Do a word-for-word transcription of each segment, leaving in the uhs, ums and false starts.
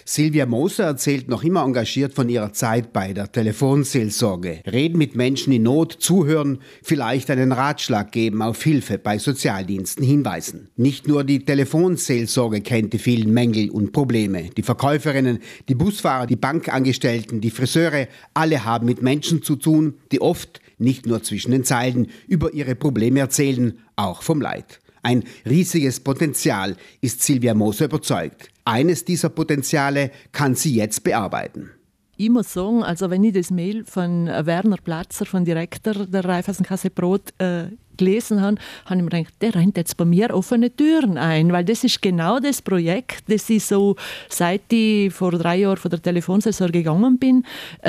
Silvia Moser erzählt noch immer engagiert von ihrer Zeit bei der Telefonseelsorge. Reden mit Menschen in Not, zuhören, vielleicht einen Ratschlag geben, auf Hilfe bei Sozialdiensten hinweisen. Nicht nur die Telefonseelsorge kennt die vielen Mängel und Probleme. Die Verkäuferinnen, die Busfahrer, die Bankangestellten, die Friseure, alle haben mit Menschen zu tun, die oft, nicht nur zwischen den Zeilen, über ihre Probleme erzählen, auch vom Leid. Ein riesiges Potenzial, ist Silvia Moser überzeugt. Eines dieser Potenziale kann sie jetzt bearbeiten. Ich muss sagen, also wenn ich das Mail von Werner Platzer, von Direktor der Raiffeisenkasse Brot, äh, gelesen habe, habe ich mir gedacht, der rennt jetzt bei mir offene Türen ein, weil das ist genau das Projekt, das ich so, seit ich vor drei Jahren von der Telefonseelsorge gegangen bin, äh,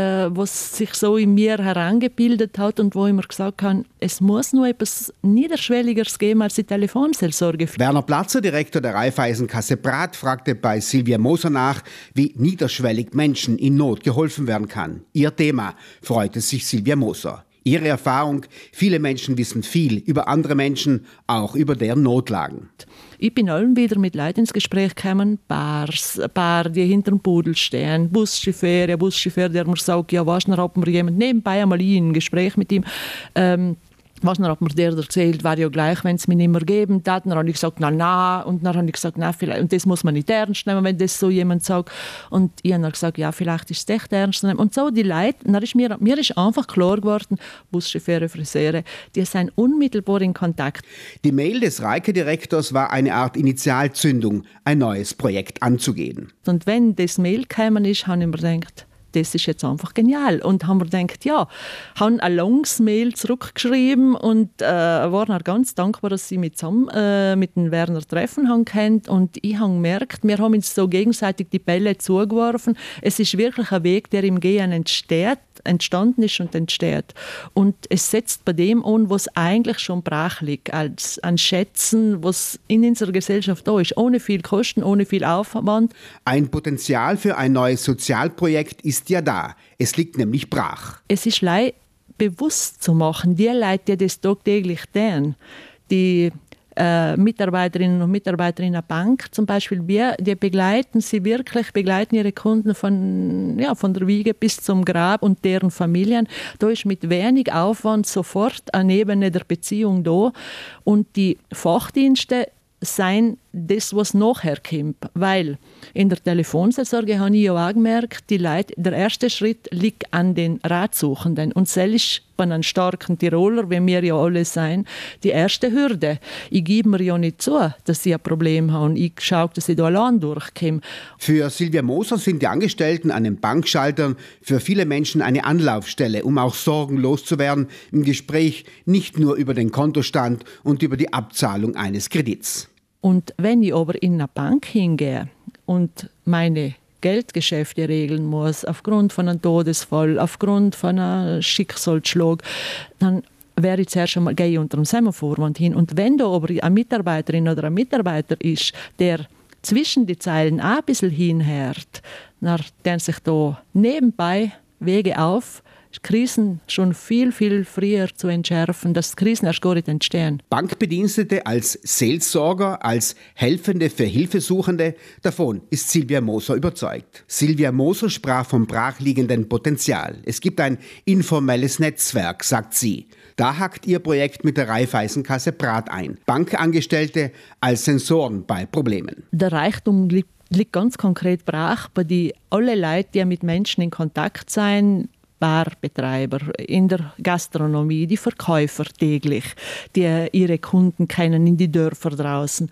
was sich so in mir herangebildet hat und wo ich mir gesagt habe, es muss nur etwas Niederschwelligeres geben als die Telefonseelsorge. Werner Platzer, Direktor der Raiffeisenkasse Brat, fragte bei Silvia Moser nach, wie niederschwellig Menschen in Not geholfen werden kann. Ihr Thema freute sich Silvia Moser. Ihre Erfahrung, viele Menschen wissen viel über andere Menschen, auch über deren Notlagen. Ich bin allen wieder mit Leuten ins Gespräch gekommen, Bars, Paar, die hinter dem Pudel stehen, Buschauffeur, ein Buschauffeur, der mir sagt, ja, weißt du, hat mir jemand nebenbei einmal ein Gespräch mit ihm, ähm, was hat mir der erzählt, wäre ja gleich, wenn es mir nicht mehr geben hat. Dann habe ich gesagt, na, na. Und dann habe ich gesagt, na, vielleicht. Und das muss man nicht ernst nehmen, wenn das so jemand sagt. Und ich habe dann gesagt, ja, vielleicht ist es echt ernst nehmen. Und so die Leute, dann ist mir, mir ist einfach klar geworden, Buschauffeure, Friseure, die sind unmittelbar in Kontakt. Die Mail des Reike-Direktors war eine Art Initialzündung, ein neues Projekt anzugehen. Und wenn das Mail gekommen ist, habe ich mir gedacht, das ist jetzt einfach genial. Und haben wir gedacht, ja, haben ein langes Mail zurückgeschrieben und äh, waren auch ganz dankbar, dass sie mit, zusammen, äh, mit dem Werner treffen haben können. Und ich habe gemerkt, wir haben uns so gegenseitig die Bälle zugeworfen. Es ist wirklich ein Weg, der im Gehen entsteht, entstanden ist und entsteht. Und es setzt bei dem an, was eigentlich schon brach liegt, als an Schätzen, was in unserer Gesellschaft da ist, ohne viel Kosten, ohne viel Aufwand. Ein Potenzial für ein neues Sozialprojekt ist ja da. Es liegt nämlich brach. Es ist leicht bewusst zu machen, die Leute, die das tagtäglich tun, die äh, Mitarbeiterinnen und Mitarbeiter in einer Bank zum Beispiel, wir, die begleiten sie wirklich, begleiten ihre Kunden von, ja, von der Wiege bis zum Grab und deren Familien. Da ist mit wenig Aufwand sofort eine Ebene der Beziehung da. Und die Fachdienste sein das, was nachher kommt. Weil in der Telefonseelsorge habe ich ja auch gemerkt, die Leute, der erste Schritt liegt an den Ratsuchenden. Und das ist bei einem starken Tiroler, wie wir ja alle sein, die erste Hürde. Ich gebe mir ja nicht zu, dass sie ein Problem haben. Ich schaue, dass ich da allein durchkomme. Für Silvia Moser sind die Angestellten an den Bankschaltern für viele Menschen eine Anlaufstelle, um auch sorgenlos zu werden im Gespräch, nicht nur über den Kontostand und über die Abzahlung eines Kredits. Und wenn ich aber in eine Bank hingehe und meine Geldgeschäfte regeln muss, aufgrund von einem Todesfall, aufgrund von einem Schicksalsschlag, dann wäre ich zuerst einmal, gehe ich unter dem Semaphorwand hin. Und wenn da aber eine Mitarbeiterin oder ein Mitarbeiter ist, der zwischen die Zeilen auch ein bisschen hinhört, dann der sich da nebenbei Wege auf, Krisen schon viel, viel früher zu entschärfen, dass Krisen erst gar nicht entstehen. Bankbedienstete als Seelsorger, als Helfende für Hilfesuchende, davon ist Silvia Moser überzeugt. Silvia Moser sprach vom brachliegenden Potenzial. Es gibt ein informelles Netzwerk, sagt sie. Da hakt ihr Projekt mit der Raiffeisenkasse Brat ein. Bankangestellte als Sensoren bei Problemen. Der Reichtum liegt, liegt ganz konkret brach bei die alle Leute, die mit Menschen in Kontakt sind, Barbetreiber, in der Gastronomie, die Verkäufer täglich, die ihre Kunden kennen in die Dörfer draußen,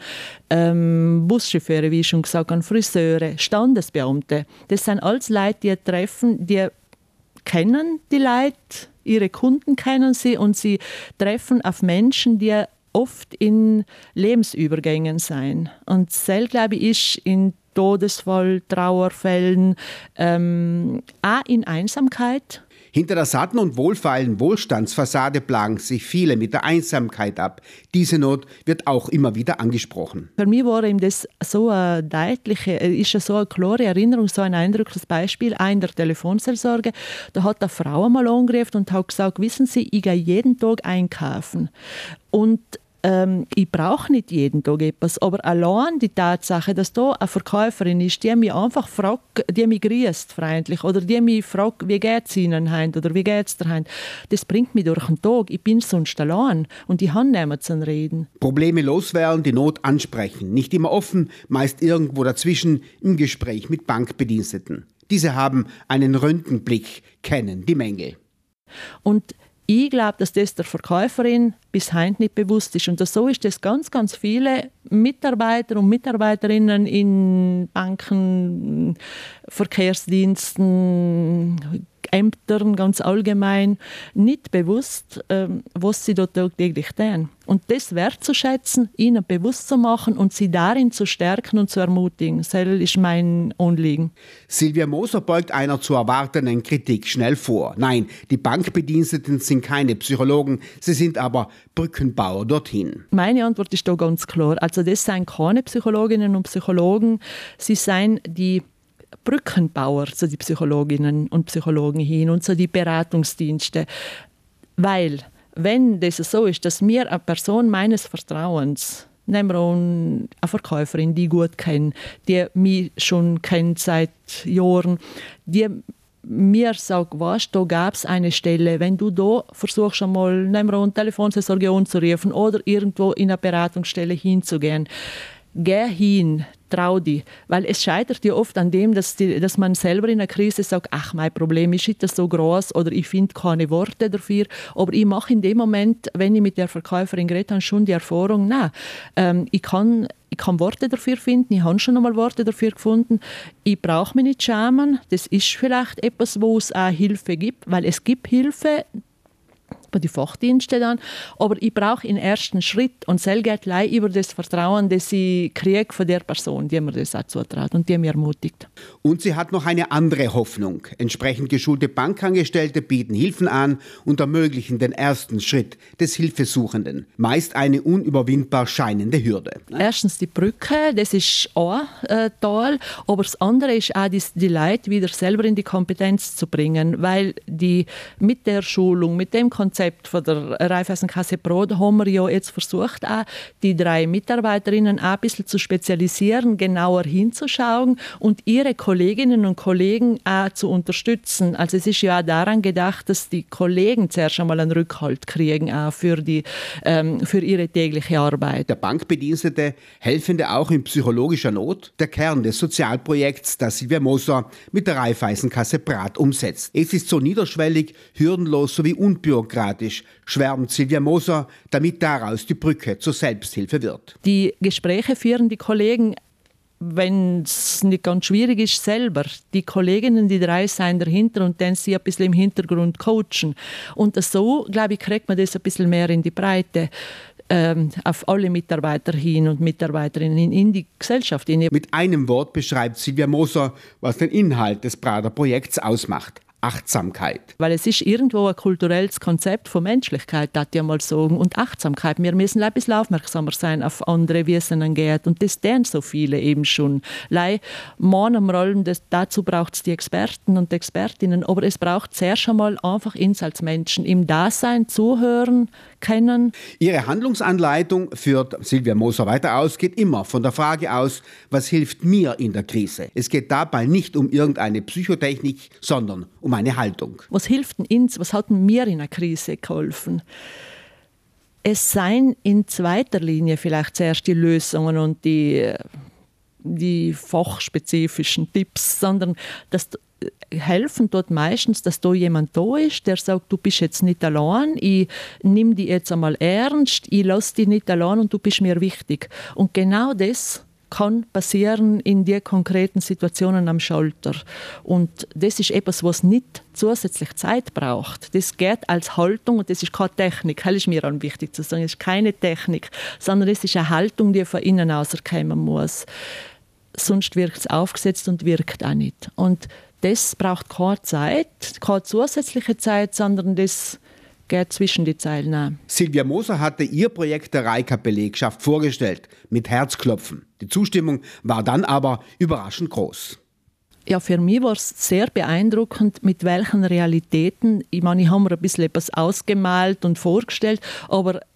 ähm, Buschauffeure, wie ich schon gesagt habe, Friseure, Standesbeamte. Das sind alles Leute, die treffen, die kennen die Leute, ihre Kunden kennen sie und sie treffen auf Menschen, die oft in Lebensübergängen sein. Und das, glaube ich, ist in Todesfall, Trauerfällen, ähm, auch in Einsamkeit. Hinter der satten und wohlfeilen Wohlstandsfassade plagen sich viele mit der Einsamkeit ab. Diese Not wird auch immer wieder angesprochen. Für mich war ihm das so eine deutliche, ist so eine klare Erinnerung, so ein eindrückliches Beispiel, auch in der Telefonseelsorge. Da hat eine Frau einmal angerufen und hat gesagt, wissen Sie, ich gehe jeden Tag einkaufen. Und ähm, ich brauche nicht jeden Tag etwas, aber allein die Tatsache, dass da eine Verkäuferin ist, die mich einfach fragt, die mich grüßt freundlich oder die mich fragt, wie geht es Ihnen heim oder wie geht es dir heim, das bringt mich durch den Tag. Ich bin sonst allein und ich habe niemanden zu reden. Probleme loswerden, die Not ansprechen, nicht immer offen, meist irgendwo dazwischen im Gespräch mit Bankbediensteten. Diese haben einen Röntgenblick, kennen die Mängel. Und ich glaube, dass das der Verkäuferin bis heute nicht bewusst ist. Und so ist es ganz, ganz viele Mitarbeiter und Mitarbeiterinnen in Banken, Verkehrsdiensten, Ämtern ganz allgemein nicht bewusst, ähm, was sie dort tagtäglich tun. Und das wertzuschätzen, ihnen bewusst zu machen und sie darin zu stärken und zu ermutigen, das ist mein Anliegen. Silvia Moser beugt einer zu erwartenden Kritik schnell vor. Nein, die Bankbediensteten sind keine Psychologen, sie sind aber Brückenbauer dorthin. Meine Antwort ist da ganz klar. Also das sind keine Psychologinnen und Psychologen, sie sind die Brückenbauer zu den Psychologinnen und Psychologen hin und zu den Beratungsdiensten. Weil, wenn das so ist, dass mir eine Person meines Vertrauens, nehmen wir eine Verkäuferin, die ich gut kenne, die mich schon kennt seit Jahren, die mir sagt, weißt, da gab es eine Stelle, wenn du da versuchst einmal, nehmen wir eine Telefonseelsorge anzurufen oder irgendwo in eine Beratungsstelle hinzugehen, geh hin, trau dich. Weil es scheitert ja oft an dem, dass, die, dass man selber in einer Krise sagt, ach, mein Problem ist nicht so groß oder ich finde keine Worte dafür. Aber ich mache in dem Moment, wenn ich mit der Verkäuferin geredet habe, schon die Erfahrung, nein, ähm, ich kann Ich kann Worte dafür finden, ich habe schon einmal Worte dafür gefunden. Ich brauche mich nicht schämen. Das ist vielleicht etwas, wo es auch Hilfe gibt, weil es gibt Hilfe, bei den Fachdiensten dann. Aber ich brauche einen ersten Schritt und das geht gleich über das Vertrauen, das ich kriege von der Person, die mir das auch zutraut und die mich ermutigt. Und sie hat noch eine andere Hoffnung. Entsprechend geschulte Bankangestellte bieten Hilfen an und ermöglichen den ersten Schritt des Hilfesuchenden. Meist eine unüberwindbar scheinende Hürde. Erstens die Brücke, das ist auch äh, toll, aber das andere ist auch die, die Leute wieder selber in die Kompetenz zu bringen, weil die mit der Schulung, mit dem Konzept von der Raiffeisenkasse Pro, da haben wir ja jetzt versucht, auch die drei Mitarbeiterinnen auch ein bisschen zu spezialisieren, genauer hinzuschauen und ihre Kolleginnen und Kollegen auch zu unterstützen. Also es ist ja auch daran gedacht, dass die Kollegen zuerst einmal einen Rückhalt kriegen, auch für, die, ähm, für ihre tägliche Arbeit. Der Bankbedienstete, Helfende auch in psychologischer Not, der Kern des Sozialprojekts, das Silvia Moser mit der Raiffeisenkasse Brat umsetzt. Es ist so niederschwellig, hürdenlos sowie unbürokratisch, schwärmt Silvia Moser, damit daraus die Brücke zur Selbsthilfe wird. Die Gespräche führen die Kollegen, wenn es nicht ganz schwierig ist, selber. Die Kolleginnen, die drei sind dahinter und dann sie ein bisschen im Hintergrund coachen. Und so, glaube ich, kriegt man das ein bisschen mehr in die Breite. Ähm, auf alle Mitarbeiter hin und Mitarbeiterinnen in, in die Gesellschaft. In Mit einem Wort beschreibt Silvia Moser, was den Inhalt des Prader Projekts ausmacht. Achtsamkeit. Weil es ist irgendwo ein kulturelles Konzept von Menschlichkeit, das ich mal sagen. Und Achtsamkeit. Wir müssen ein bisschen aufmerksamer sein auf andere, wie es ihnen geht. Und das tun so viele eben schon. Lei, meinen wir allem, das, dazu braucht es die Experten und die Expertinnen. Aber es braucht zuerst einmal einfach uns als Menschen im Dasein, zuhören, kennen. Ihre Handlungsanleitung, führt Silvia Moser weiter aus, geht immer von der Frage aus, was hilft mir in der Krise? Es geht dabei nicht um irgendeine Psychotechnik, sondern um eine Haltung. Was hilft denn uns? Was hat denn mir in einer Krise geholfen? Es seien in zweiter Linie vielleicht zuerst die Lösungen und die, die fachspezifischen Tipps, sondern das helfen dort meistens, dass da jemand da ist, der sagt, du bist jetzt nicht allein, ich nehme dich jetzt einmal ernst, ich lasse dich nicht allein und du bist mir wichtig. Und genau das kann passieren in den konkreten Situationen am Schalter. Und das ist etwas, was nicht zusätzlich Zeit braucht. Das geht als Haltung und das ist keine Technik. Das ist mir auch wichtig zu sagen. Das ist keine Technik, sondern das ist eine Haltung, die von innen rauskommen muss. Sonst wirkt es aufgesetzt und wirkt auch nicht. Und das braucht keine Zeit, keine zusätzliche Zeit, sondern das geht zwischen die Zeilen an. Silvia Moser hatte ihr Projekt der Reika-Belegschaft vorgestellt, mit Herzklopfen. Die Zustimmung war dann aber überraschend groß. Ja, für mich war es sehr beeindruckend, mit welchen Realitäten, ich meine, ich habe mir ein bisschen etwas ausgemalt und vorgestellt, aber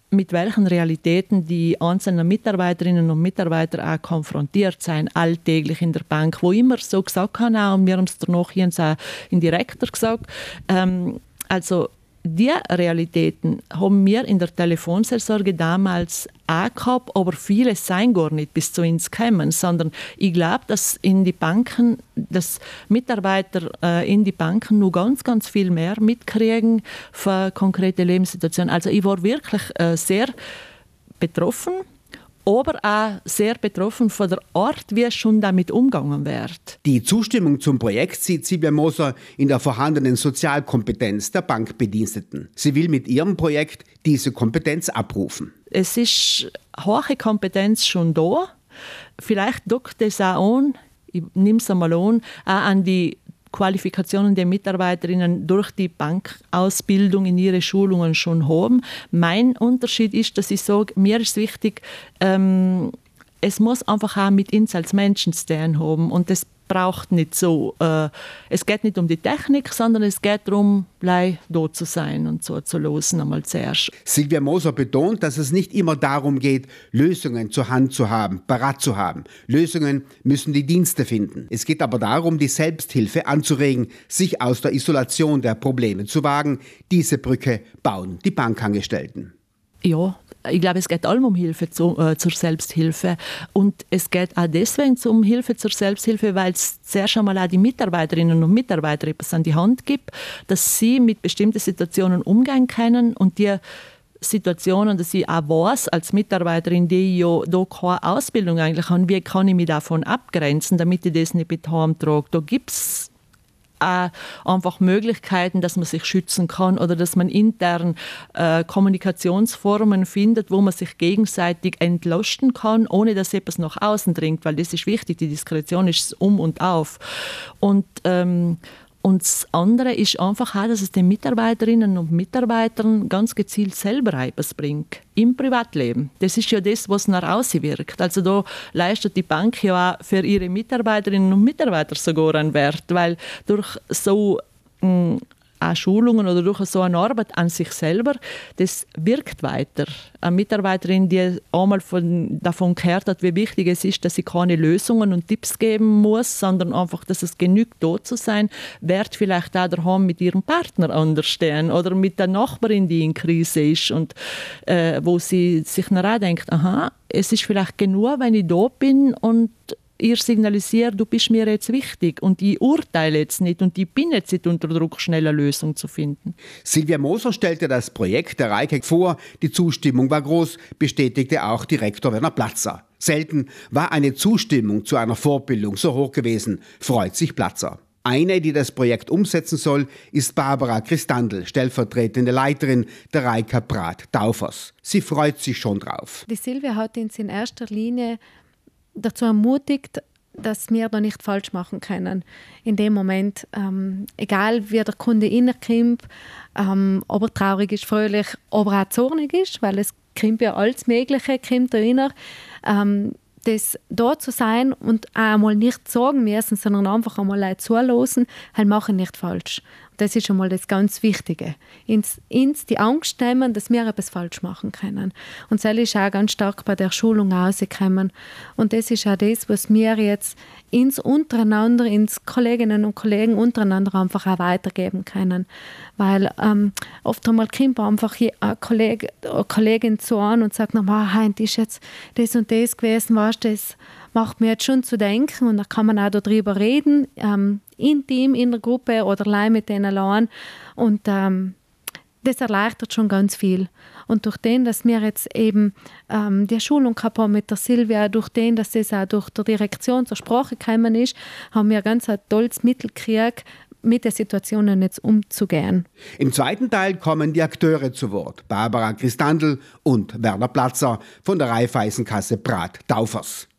mit welchen Realitäten die einzelnen Mitarbeiterinnen und Mitarbeiter auch konfrontiert sind, alltäglich in der Bank, wo immer so gesagt haben, auch, und wir haben es danach hier auch in Direktor gesagt, ähm, also die Realitäten haben wir in der Telefonseelsorge damals auch gehabt, aber viele seien gar nicht bis zu uns gekommen, sondern ich glaube, dass in die Banken, dass Mitarbeiter äh, in die Banken nur ganz, ganz viel mehr mitkriegen von konkreten Lebenssituationen. Also ich war wirklich äh, sehr betroffen, aber auch sehr betroffen von der Art, wie schon damit umgegangen wird. Die Zustimmung zum Projekt sieht Silvia Moser in der vorhandenen Sozialkompetenz der Bankbediensteten. Sie will mit ihrem Projekt diese Kompetenz abrufen. Es ist hohe Kompetenz schon da. Vielleicht dockt es auch an, ich nehme es einmal an, auch an die Qualifikationen der Mitarbeiterinnen durch die Bankausbildung in ihre Schulungen schon haben. Mein Unterschied ist, dass ich sage, mir ist wichtig, ähm, es muss einfach auch mit uns als Menschen zu tun haben und das braucht nicht so, äh, es geht nicht um die Technik, sondern es geht darum, gleich da zu sein und so zu losen einmal zuerst. Silvia Moser betont, dass es nicht immer darum geht, Lösungen zur Hand zu haben, parat zu haben. Lösungen müssen die Dienste finden. Es geht aber darum, die Selbsthilfe anzuregen, sich aus der Isolation der Probleme zu wagen. Diese Brücke bauen die Bankangestellten. Ja, ich glaube, es geht allem um Hilfe zu, äh, zur Selbsthilfe. Und es geht auch deswegen um Hilfe zur Selbsthilfe, weil es zuerst einmal auch die Mitarbeiterinnen und Mitarbeiter etwas an die Hand gibt, dass sie mit bestimmten Situationen umgehen können und die Situationen, dass ich auch weiß, als Mitarbeiterin, die ja da keine Ausbildung eigentlich habe, wie kann ich mich davon abgrenzen, damit ich das nicht mit heimtrage. Da gibt es auch einfach Möglichkeiten, dass man sich schützen kann oder dass man intern äh, Kommunikationsformen findet, wo man sich gegenseitig entlasten kann, ohne dass etwas nach außen dringt, weil das ist wichtig, die Diskretion ist um und auf. Und ähm, Und das andere ist einfach auch, dass es den Mitarbeiterinnen und Mitarbeitern ganz gezielt selber etwas bringt. Im Privatleben. Das ist ja das, was nach außen wirkt. Also da leistet die Bank ja auch für ihre Mitarbeiterinnen und Mitarbeiter sogar einen Wert, weil durch so mh, auch Schulungen oder durch so eine Arbeit an sich selber, das wirkt weiter. Eine Mitarbeiterin, die einmal von, davon gehört hat, wie wichtig es ist, dass sie keine Lösungen und Tipps geben muss, sondern einfach, dass es genügt, da zu sein, wird vielleicht auch daheim mit ihrem Partner anders stehen oder mit der Nachbarin, die in Krise ist und äh, wo sie sich nachher denkt, aha, es ist vielleicht genug, wenn ich da bin und ihr signalisiert, du bist mir jetzt wichtig und ich urteile jetzt nicht und ich bin jetzt nicht unter Druck, schnell eine Lösung zu finden. Silvia Moser stellte das Projekt der Reike vor. Die Zustimmung war groß, bestätigte auch Direktor Werner Platzer. Selten war eine Zustimmung zu einer Fortbildung so hoch gewesen, freut sich Platzer. Eine, die das Projekt umsetzen soll, ist Barbara Christandl, stellvertretende Leiterin der Reika Prat Daufers. Sie freut sich schon drauf. Die Silvia hat uns in erster Linie dazu ermutigt, dass wir da nicht falsch machen können. In dem Moment, ähm, egal wie der Kunde innerkommt, ähm, ob er traurig ist, fröhlich, ob er auch zornig ist, weil es kommt ja alles Mögliche, kommt da inner, ähm, das da zu sein und auch einmal nicht sagen müssen, sondern einfach einmal zuhören, halt machen nicht falsch. Das ist schon mal das ganz Wichtige. Ins, ins die Angst nehmen, dass wir etwas falsch machen können. Und das ist auch ganz stark bei der Schulung rausgekommen. Und das ist auch das, was wir jetzt ins untereinander, ins Kolleginnen und Kollegen untereinander einfach auch weitergeben können. Weil ähm, oft einmal kommt einfach ein Kollege, eine Kollegin zu an und sagt, na, heute ist jetzt das und das gewesen, weißt du, das macht mir jetzt schon zu denken und da kann man auch darüber reden, ähm, intim in der Gruppe oder allein mit denen allein und ähm, das erleichtert schon ganz viel. Und durch den, dass wir jetzt eben ähm, die Schulung gehabt haben mit der Silvia, durch den, dass das auch durch die Direktion zur Sprache gekommen ist, haben wir ganz ein tolles Mittel gekriegt, mit der Situation jetzt umzugehen. Im zweiten Teil kommen die Akteure zu Wort. Barbara Christandl und Werner Platzer von der Raiffeisenkasse Prat Daufers.